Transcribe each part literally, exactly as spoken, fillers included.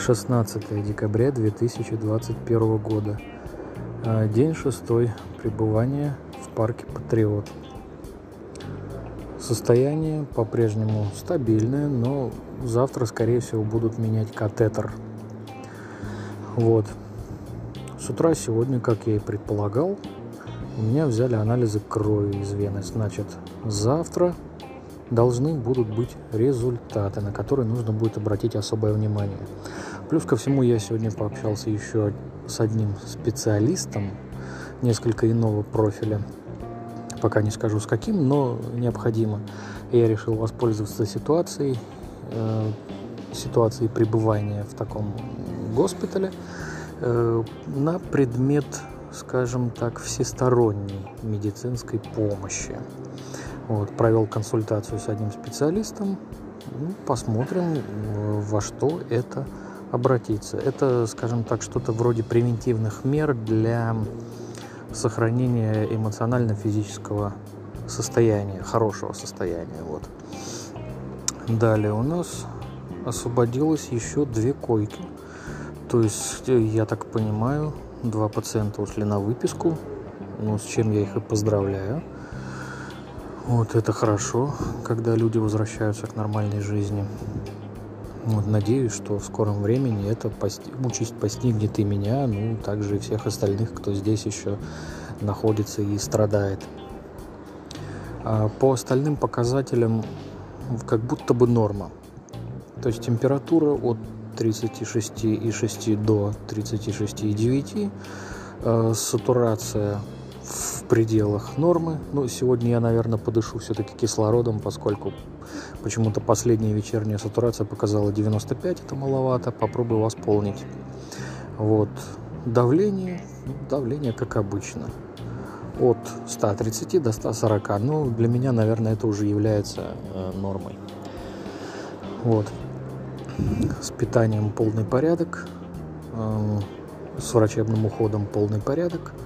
шестнадцатое декабря две тысячи двадцать первого года. День шестой. Пребывание в парке Патриот. Состояние по-прежнему стабильное, но завтра, скорее всего, будут менять катетер. Вот. С утра сегодня, как я и предполагал, у меня взяли анализы крови из вены. Значит, завтра должны будут быть результаты, на которые нужно будет обратить особое внимание. Плюс ко всему, я сегодня пообщался еще с одним специалистом, несколько иного профиля. Пока не скажу с каким, но необходимо. Я решил воспользоваться ситуацией, э, ситуацией пребывания в таком госпитале э, на предмет, скажем так, всесторонней медицинской помощи. Вот, провел консультацию с одним специалистом. Ну, посмотрим, во что это обратится. Это, скажем так, что-то вроде превентивных мер для сохранения эмоционально-физического состояния, хорошего состояния. Вот. Далее у нас освободилось еще две койки. То есть, я так понимаю, два пациента ушли на выписку, ну, с чем я их и поздравляю. Вот это хорошо, когда люди возвращаются к нормальной жизни. Вот, надеюсь, что в скором времени эта пости... участь постигнет и меня, ну, также и всех остальных, кто здесь еще находится и страдает. А по остальным показателям как будто бы норма. То есть температура от тридцати шести и шести до тридцати шести и девяти, э, сатурация в пределах нормы. Ну, сегодня я, наверное, подышу все-таки кислородом, поскольку почему-то последняя вечерняя сатурация показала девяносто пять, это маловато, попробую восполнить. Вот. Давление, давление как обычно, от ста тридцати до ста сорока, ну, для меня, наверное, это уже является э, нормой. Вот. С питанием полный порядок, э, с врачебным уходом полный порядок.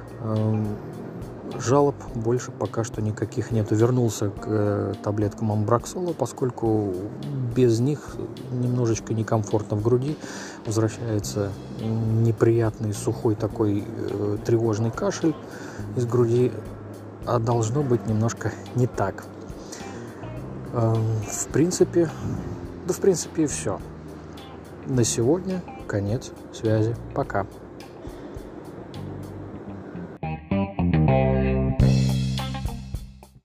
Жалоб больше пока что никаких нету. Вернулся к э, таблеткам амброксола, поскольку без них немножечко некомфортно в груди. Возвращается неприятный сухой такой э, тревожный кашель из груди, а должно быть немножко не так. Э, в принципе, да в принципе и все. На сегодня конец связи. Пока.